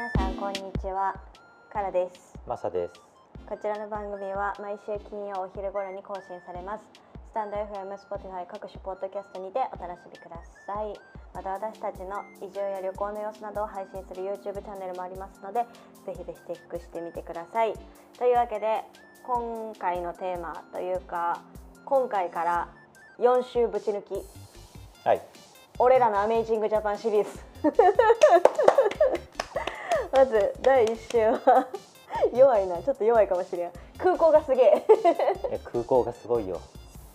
皆さんこんにちは、カラです。 マサです。 こちらの番組は毎週金曜お昼頃に更新されます。スタンド FM、Spotify 各種ポッドキャストにてお楽しみください。また私たちの移住や旅行の様子などを配信する YouTube チャンネルもありますので、ぜひぜひチェックしてみてください。というわけで今回のテーマというか、今回から4週ぶち抜き、 はい、 俺らのアメイジングジャパンシリーズまず第1週は弱いな、ちょっと弱いかもしれん。空港がすげえ空港がすごいよ。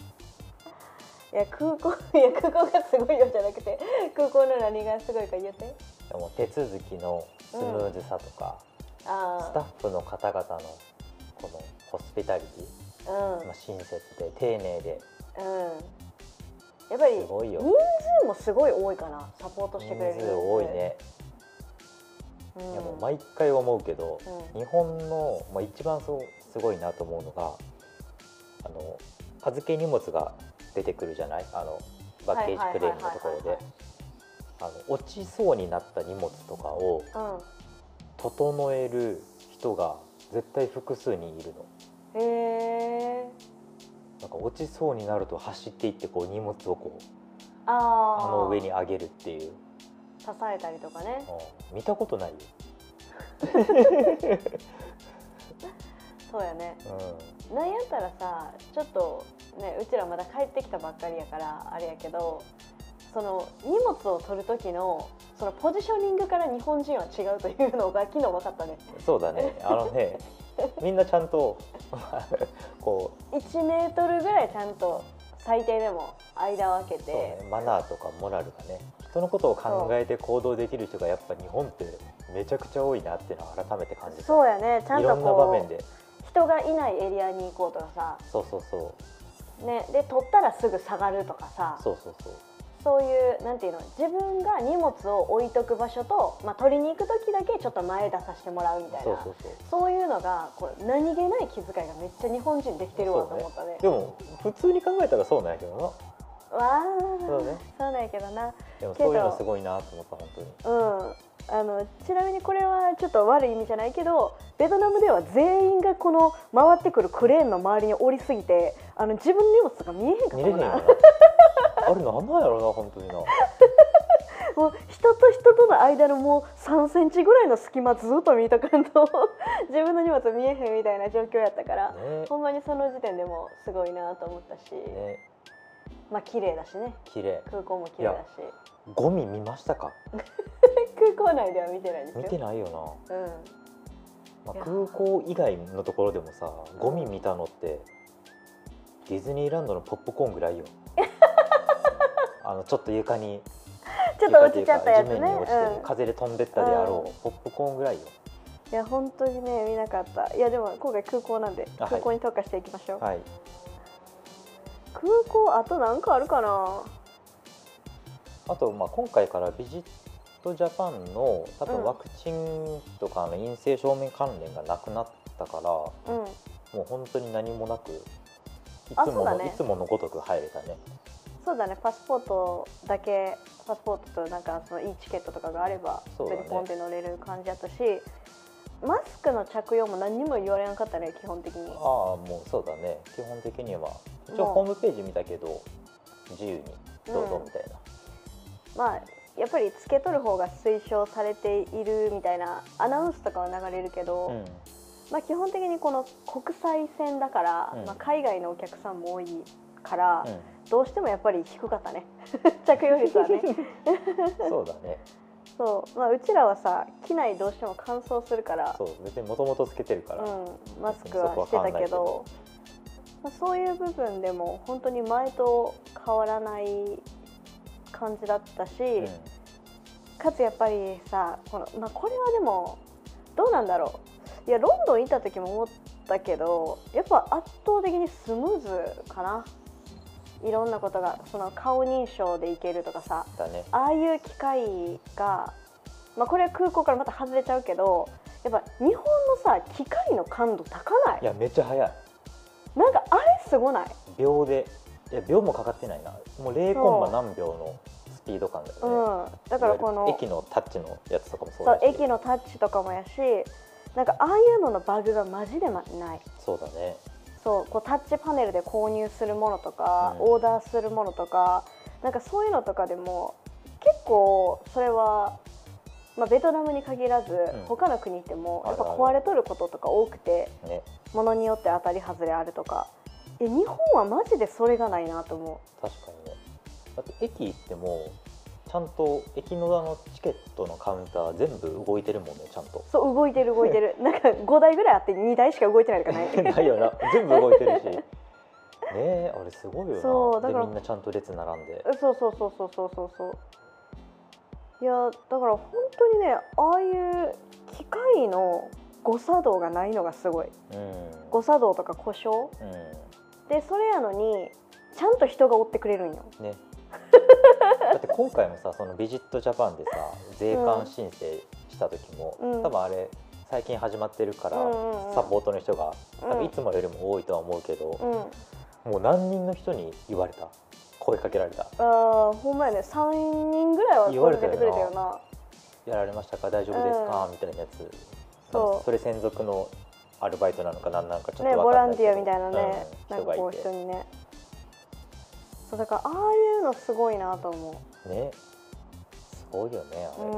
空港がすごいよじゃなくて、空港の何がすごいか言って。 でも手続きのスムーズさとか、スタッフの方々のこのホスピタリティ、親切で丁寧で、 やっぱりすごいよ。 人数もすごい多いかな、サポートしてくれる人数多いね。いやもう毎回思うけど、日本の、一番すごいなと思うのが、預け荷物が出てくるじゃない、バッケージクレームのところで落ちそうになった荷物とかを整える人が絶対複数人いるの。 へー。 なんか落ちそうになると走っていってこう荷物をこう上に上げるっていう、 支えたりとかね、 見たことないよそうやね、なんやったらさ、ちょっとね、うちらまだ帰ってきたばっかりやからあれやけど、その荷物を取る時のそのポジショニングから日本人は違うというのが昨日分かったね。 そうだね、みんなちゃんとこう 1メートルぐらいちゃんと最低でも間を空けて、 マナーとかモラルがね、人のことを考えて行動できる人がやっぱ日本ってめちゃくちゃ多いなっていうのを改めて感じた。 そうやね、ちゃんとこういろんな場面で人がいないエリアに行こうとかさ、 そうね、で取ったらすぐ下がるとかさ、そういうなんていうの、自分が荷物を置いとく場所と、取りに行く時だけちょっと前出させてもらうみたいな、そういうのがこう何気ない気遣いがめっちゃ日本人できてるわと思ったね。 でも普通に考えたらそうなんやけどな。 そうなんやけどな。 でもそういうのすごいなと思った本当に。 ちなみにこれはちょっと悪い意味じゃないけど、ベトナムでは全員がこの回ってくるクレーンの周りに降りすぎて、自分の荷物とか見えへんかったもんな。 あれなんなんやろな本当にな。もう人と人との間のもう3センチぐらいの隙間ずっと見とかんと自分の荷物見えへんみたいな状況やったから、ほんまにその時点でもすごいなと思ったし、綺麗だしね。空港も綺麗だし。 ゴミ見ましたか？ 空港内では見てないですよ。 見てないよな。空港以外のところでもさ、ゴミ見たのってディズニーランドのポップコーンぐらいよ。ちょっと床にちょっと落ちちゃったやつね、 地面に落ちてる、風で飛んでったであろうポップコーンぐらいよ。 いや本当にね、見なかった。いやでも今回空港なんで空港に特化していきましょう。空港あと何かあるかな。 あと今回からビジットジャパンの多分ワクチンとかの陰性証明関連がなくなったから、もう本当に何もなくいつものごとく入れたね。そうだね、 パスポートとなんかそのいいチケットとかがあれば普通にポンって乗れる感じだったし、マスクの着用も何にも言われなかったね、基本的に。 もうそうだね、基本的には一応ホームページ見たけど自由にどうぞみたいな。 やっぱりつけとる方が推奨されているみたいなアナウンスとかは流れるけど、基本的にこの国際線だから、海外のお客さんも多いから、どうしてもやっぱり低かったね着用率はねそうだね。 そう、うちらはさ、機内どうしても乾燥するから、 別にもともとつけてるから、 マスクはしてたけど、そういう部分でも本当に前と変わらない感じだったし、かつやっぱりさ、これはでもどうなんだろう。いやロンドン行った時も思ったけど、やっぱ圧倒的にスムーズかな。いろんなことが、その顔認証でいけるとかさ、ああいう機械が、これは空港からまた外れちゃうけど、やっぱ日本のさ機械の感度高ない？ いやめっちゃ早い。 なんかあれすごない？ 秒もかかってないな。もう0コンマ何秒のスピード感だよね。 だからこの駅のタッチのやつとかもそうそうだし、 駅のタッチとかもやし、なんかああいうののバグがマジでない。 そうだね。 そうこうタッチパネルで購入するものとか、オーダーするものとか、なんかそういうのとかでも結構それは、まあ、ベトナムに限らず、他の国でもやっぱ壊れとることとか多くて、ものによって当たり外れあるとか。日本はマジでそれがないなと思う。 確かにね。だって駅行ってもちゃんと駅のチケットのカウンター全部動いてるもんね、ちゃんと。 そう動いてるなんか5台ぐらいあって2台しか動いてないとかないないよな、全部動いてるしねえ、あれすごいよな。 そうだからでみんなちゃんと列並んで。そういやだから本当にね、ああいう機械の誤作動がないのがすごい、誤作動とか故障、でそれやのにちゃんと人が追ってくれるんよねだって今回もさ、そのビジットジャパンでさ税関申請した時も、多分あれ最近始まってるから、サポートの人が多分いつもよりも多いとは思うけど、もう何人の人に言われた、声かけられた。 ほんまやね、3人ぐらいは声かけてくれたよな。 やられましたか、大丈夫ですか、みたいなやつ。それ専属のアルバイトなのか何なのかちょっと分かんないけど、 ボランティアみたいなね、なんかこう人にね。そうだからああいうのすごいなと思うね。すごいよねあ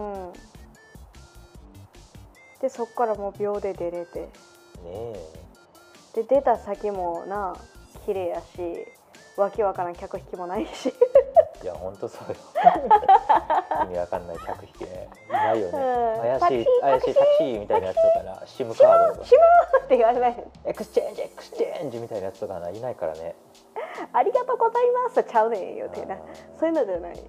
れ。でそっからもう秒で出れてね。 で出た先もな綺麗やし、わけわからん客引きもないしいやほんとそうよ意味わかんない客引きね、いないよね。怪しいタクシーみたいなやつとかな、シムカードとかシムって言われない。 エクスチェンジみたいなやつとかないないからね。 ありがとうございますちゃうねん言うてな、そういうのじゃない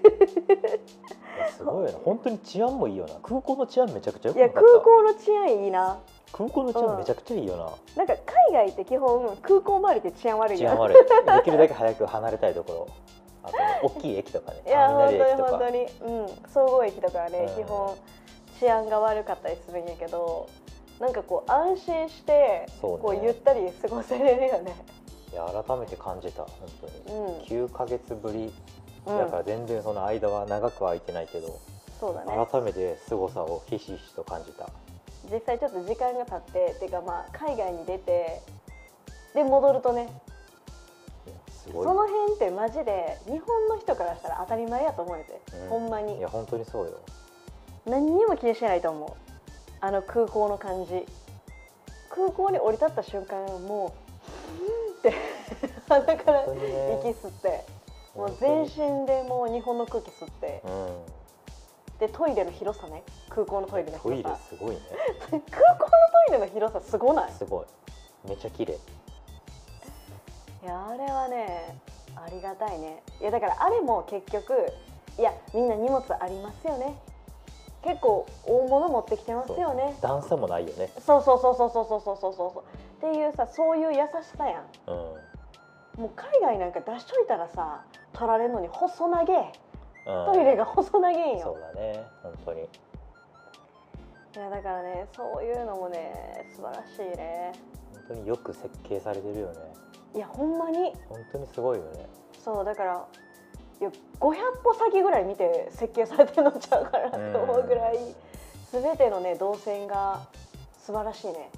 すごいよな、本当に治安もいいよな。空港の治安めちゃくちゃよくなかった。いや空港の治安いいな。 空港の治安めちゃくちゃいいよな。 なんか海外って基本空港周りって治安悪いよ。 治安悪い。できるだけ早く離れたいところ。あとね、大きい駅とかね、 いや本当に総合駅とかはね、基本治安が悪かったりするんやけど、なんかこう安心してこうゆったり過ごせれるよね。 いや改めて感じた本当に、9ヶ月ぶりだから全然その間は長く空いてないけど、 そうだね、 改めて凄さをひしひしと感じた。 実際ちょっと時間が経っててか、まあ海外に出てで戻るとね、その辺ってマジで日本の人からしたら当たり前やと思えて、ほんまに。 いや本当にそうよ。 何にも気にしてないと思う。あの空港の感じ、空港に降り立った瞬間もうって鼻から息吸って、もう全身でもう日本の空気吸って、でトイレの広さね、空港のトイレの広さ、 トイレすごいね空港のトイレの広さすごない？ すごい、めっちゃ綺麗。 いやあれはねありがたいね。いやだからあれも結局、いやみんな荷物ありますよね、結構大物持ってきてますよね、 段差もないよね。 そうっていうさ、そういう優しさやん。もう海外なんか出しといたらさ、取られるのに細長げ、トイレが細長げんよ。 そうだね本当に。いやだからね、そういうのもね素晴らしいね。 本当によく設計されてるよね。 いやほんまに本当にすごいよね。 そうだから、いや500歩先ぐらい見て設計されてるのちゃうかなと思うぐらい、全てのね動線が素晴らしいね。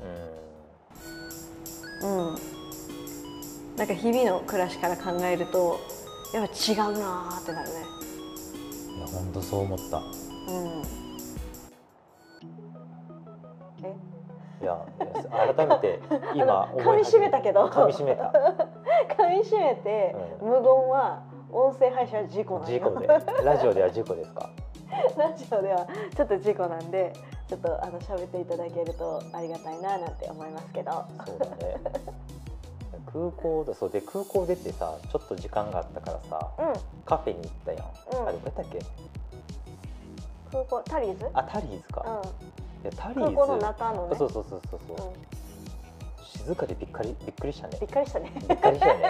なんか日々の暮らしから考えるとやっぱ違うなーってなるね。 いや本当そう思った。いや改めて今噛み締めたけど、 噛み締めた噛み締めて、無言は音声配信は事故なんよ。 事故で、ラジオでは事故ですか？ ラジオではちょっと事故なんで、ちょっと喋っていただけるとありがたいななんて思いますけど。 そうだね。空港そうで、空港出てさ、ちょっと時間があったからさ、カフェに行ったやん。あれどうやったっけ？ 空港タリーズ？ あ、タリーズか。いやタリーズ。 空港の中のね。 そう。静かでびっくりしたね。 びっくりしたね。 びっくりしたよね。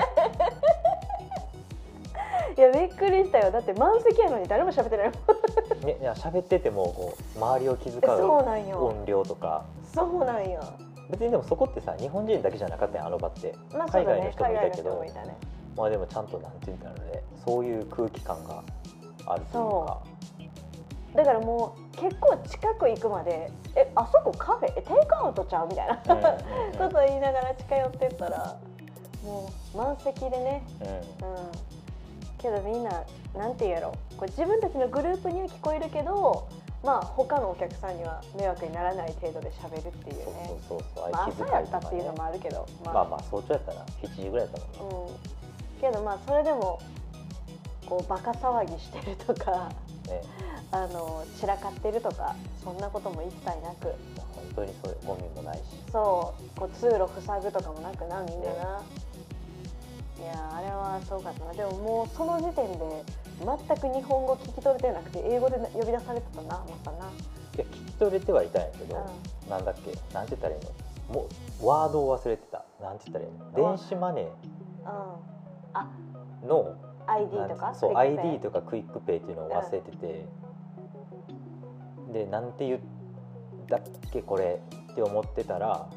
いやびっくりしたよ。だって満席やのに誰も喋ってないもん。 ね、いや喋っててもこう周りを気遣う音量とか。 そうなんよ。 別にでもそこってさ、日本人だけじゃなかったやん、あの場って。海外の人もいたけど、まあでもちゃんとなんていうんだろうね、そういう空気感があるというか。 だからもう結構近く行くまであそこカフェテイクアウトちゃうみたいなことを言いながら近寄ってったらもう満席でね、けどみんななんて言うやろ、これ自分たちのグループには聞こえるけど、まあ他のお客さんには迷惑にならない程度で喋るっていうね。 そう朝やったっていうのもあるけど、 まあ早朝やったな、7時ぐらいやったもんな。 けどまあそれでもこうバカ騒ぎしてるとか、散らかってるとかそんなことも一切なく、 本当にそういうゴミもないし、 そうこう通路塞ぐとかもなくな、みんなな、いやあれはそうかったな。でももうその時点で全く日本語聞き取れてなくて英語で呼び出されてたな、またな。 いや聞き取れてはいたんやけど、なんだっけ、なんて言ったらいいの、もうワードを忘れてた。なんて言ったらいいの、電子マネーの ID とか、 そう ID とかクイックペイっていうのを忘れてて、でなんて言ったっけこれって思ってたら、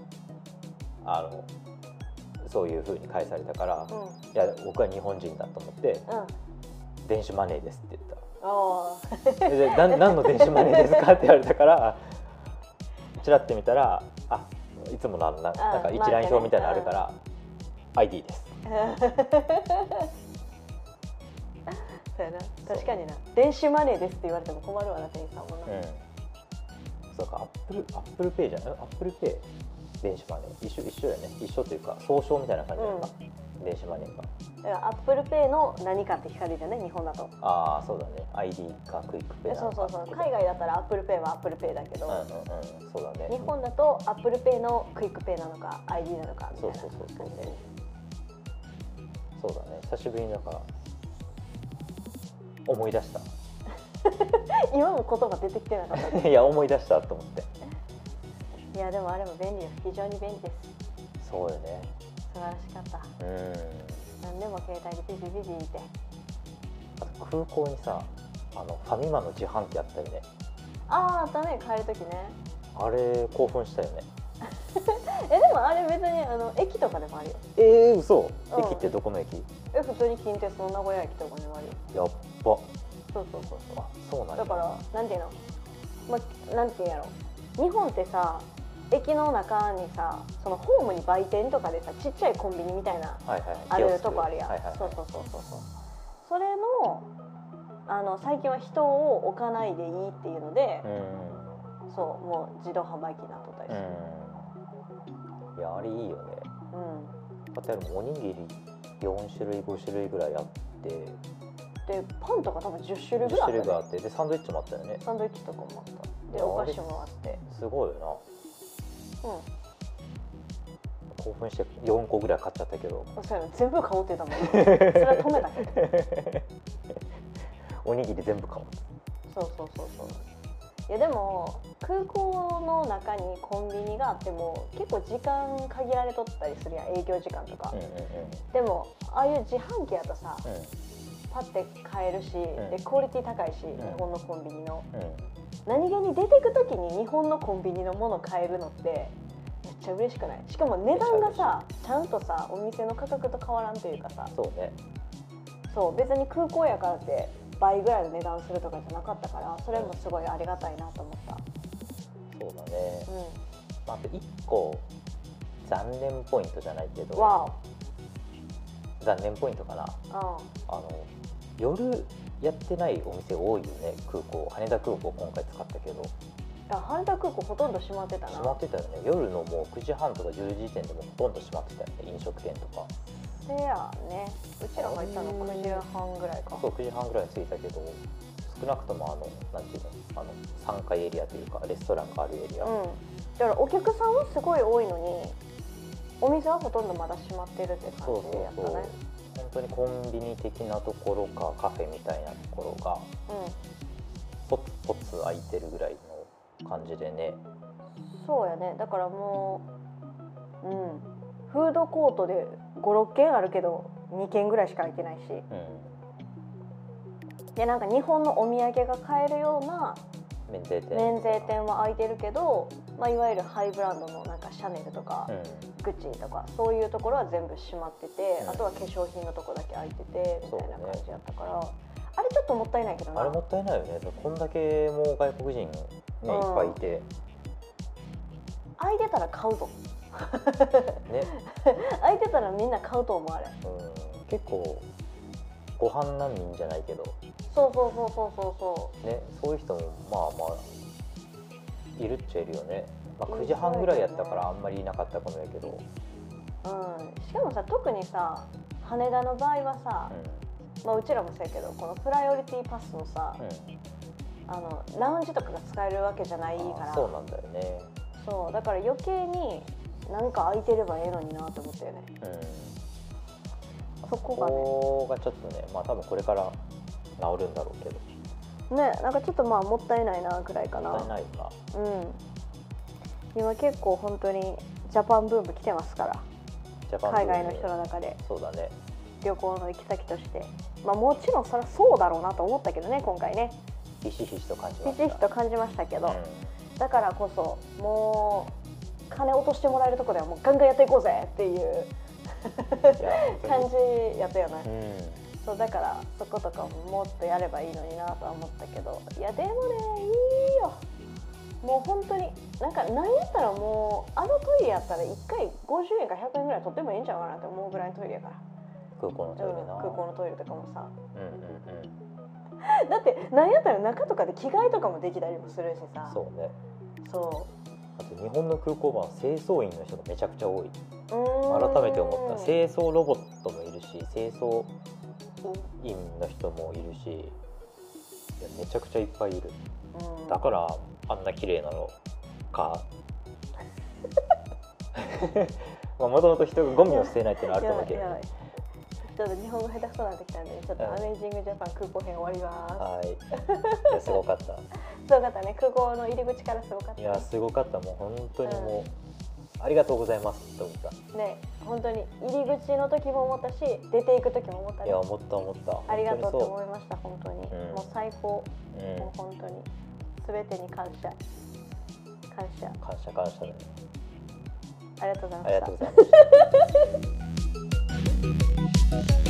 そういう風に返されたから、いや僕は日本人だと思って、電子マネーですって言った。で何の電子マネーですかって言われたからチラッて見たら、いつものなんか一覧表みたいなのあるから、ID です。 そうやな、確かにな、電子マネーですって言われても困るわな、店員さんもな。 そうか、アップルペイじゃん、アップルペイ電子マネー一緒やね。一緒というか総称みたいな感じなのか、電子マネーが。 だからアップルペイの何かって聞かれるよね、日本だと。 そうだね、 ID かクイックペイなのか。 そう海外だったらアップルペイはアップルペイだけど、 そうだね、 日本だとアップルペイのクイックペイなのか ID なのかみたいな感じで。 そうだね、久しぶりにだから思い出した今も言葉出てきてなかったいや思い出したと思って。 いやでもあれも便利よ、非常に便利です。 そうよね、 素晴らしかった。何でも携帯でビジビジって。 あと空港にさ、ファミマの自販機あったよね。 あったね、帰る時ね。 あれ興奮したよねでもあれ別に駅とかでもあるよ。 嘘、駅ってどこの駅？ 普通に近鉄の名古屋駅とかでもあるよ。 やっば。そうなんだ。 だからなんていうの、なんていうんやろ、日本ってさ、駅の中にさ、そのホームに売店とかでさ、ちっちゃいコンビニみたいなあるとこあるやん。そうそれの最近は人を置かないでいいっていうので、そうもう自動販売機になっとったりする。 いやあれいいよね。だっておにぎり4種類5種類ぐらいあって、 でパンとか多分10種類ぐらいあったね。 10種類があって、でサンドイッチもあったよね。 サンドイッチとかもあった。でお菓子もあって、 すごいよな。興奮して4個ぐらい買っちゃったけど。 そうやな、全部買おうって言ったもんそれは止めたけどおにぎり全部買おう。 そういやでも空港の中にコンビニがあっても結構時間限られとったりするやん、営業時間とか。でもああいう自販機やとさ、パッて買えるし、でクオリティ高いし、日本のコンビニの、何気に出てく時に日本のコンビニのもの買えるのってめっちゃ嬉しくない？しかも値段がさ、ちゃんとさお店の価格と変わらんというかさ。 そうね。そう別に空港やからって倍ぐらいの値段するとかじゃなかったから、それもすごいありがたいなと思った。 そうだね。あと1個残念ポイントじゃないけど、残念ポイントかな。夜やってないお店多いよね、空港。羽田空港今回使ったけど。 羽田空港ほとんど閉まってたな。 閉まってたよね。夜のもう9時半とか10時時点でもほとんど閉まってたよね、飲食店とか。 せやね、うちらが行ったの9時半ぐらいか。 そう9時半ぐらいに着いたけど、少なくともなんていうの、3階エリアというかレストランがあるエリア、 だからお客さんはすごい多いのにお店はほとんどまだ閉まってるって感じやったね。 本当にコンビニ的なところかカフェみたいなところがポツポツ空いてるぐらいの感じでね。 そうやね、だからもうフードコートで5、6軒あるけど2軒ぐらいしか空いてないし、でなんか日本のお土産が買えるような免税店は空いてるけど、いわゆるハイブランドのなんかシャネルとか、グッチとかそういうところは全部閉まってて、あとは化粧品のとこだけ空いててみたいな感じやったから、 あれちょっともったいないけどな。 あれもったいないよね。こんだけもう外国人ね、いっぱいいて空いてたら買うぞね空いてたらみんな買うと思うあれ。 結構ご飯難民じゃないけど、 そうね、そういう人もまあまあいるっちゃいるよね。まあ、9時半ぐらいやったからあんまりいなかったかもやけど、 しかもさ、特にさ羽田の場合はさ、まあ、うちらもそうやけど、このプライオリティパスのさ、ラウンジとかが使えるわけじゃないから。 そうなんだよね。 そうだから余計になんか空いてればええのになと思ったよね。そこがちょっとね、まあ多分これから治るんだろうけどね、なんかちょっとまあもったいないなぐらいかな。 もったいないな。 今結構本当にジャパンブーム来てますから、海外の人の中で。 そうだね、 旅行の行き先として、まあもちろんそれはそうだろうなと思ったけどね、今回ね。 ひしひしと感じました。 ひしひしと感じましたけど、だからこそもう金落としてもらえるところではもうガンガンやっていこうぜっていう感じやったよね。そうだからそことかももっとやればいいのになとは思ったけど、いやでもね、いいよ。もう本当になんやったらもうあのトイレやったら1回50円か100円ぐらい取ってもいいんちゃうかなって思うぐらいのトイレやから。 空港のトイレな、 空港のトイレとかもさ、だってなんやったら中とかで着替えとかもできたりもするしさ。 そうね。 そうあと日本の空港は清掃員の人がめちゃくちゃ多い。改めて思った。清掃ロボットもいるし、清掃員の人もいるし、いやめちゃくちゃいっぱいいる。だからあんな綺麗なのかもともと人がゴミを捨てないっていうのはあると思うけど、 ちょっと日本語下手くそになってきたんで、ちょっとアメイジングジャパン空港編終わります。 はい。いやすごかった。 すごかったね。空港の入り口からすごかった。 いやすごかった。もう本当にもう、ありがとうございますって思った。 ね、本当に入り口の時も思ったし、出ていく時も思ったね。 いや思った。 ありがとうって思いました本当に。もう最高。もう本当に全てに感謝。 感謝ね。 ありがとうございました。 ありがとうございました。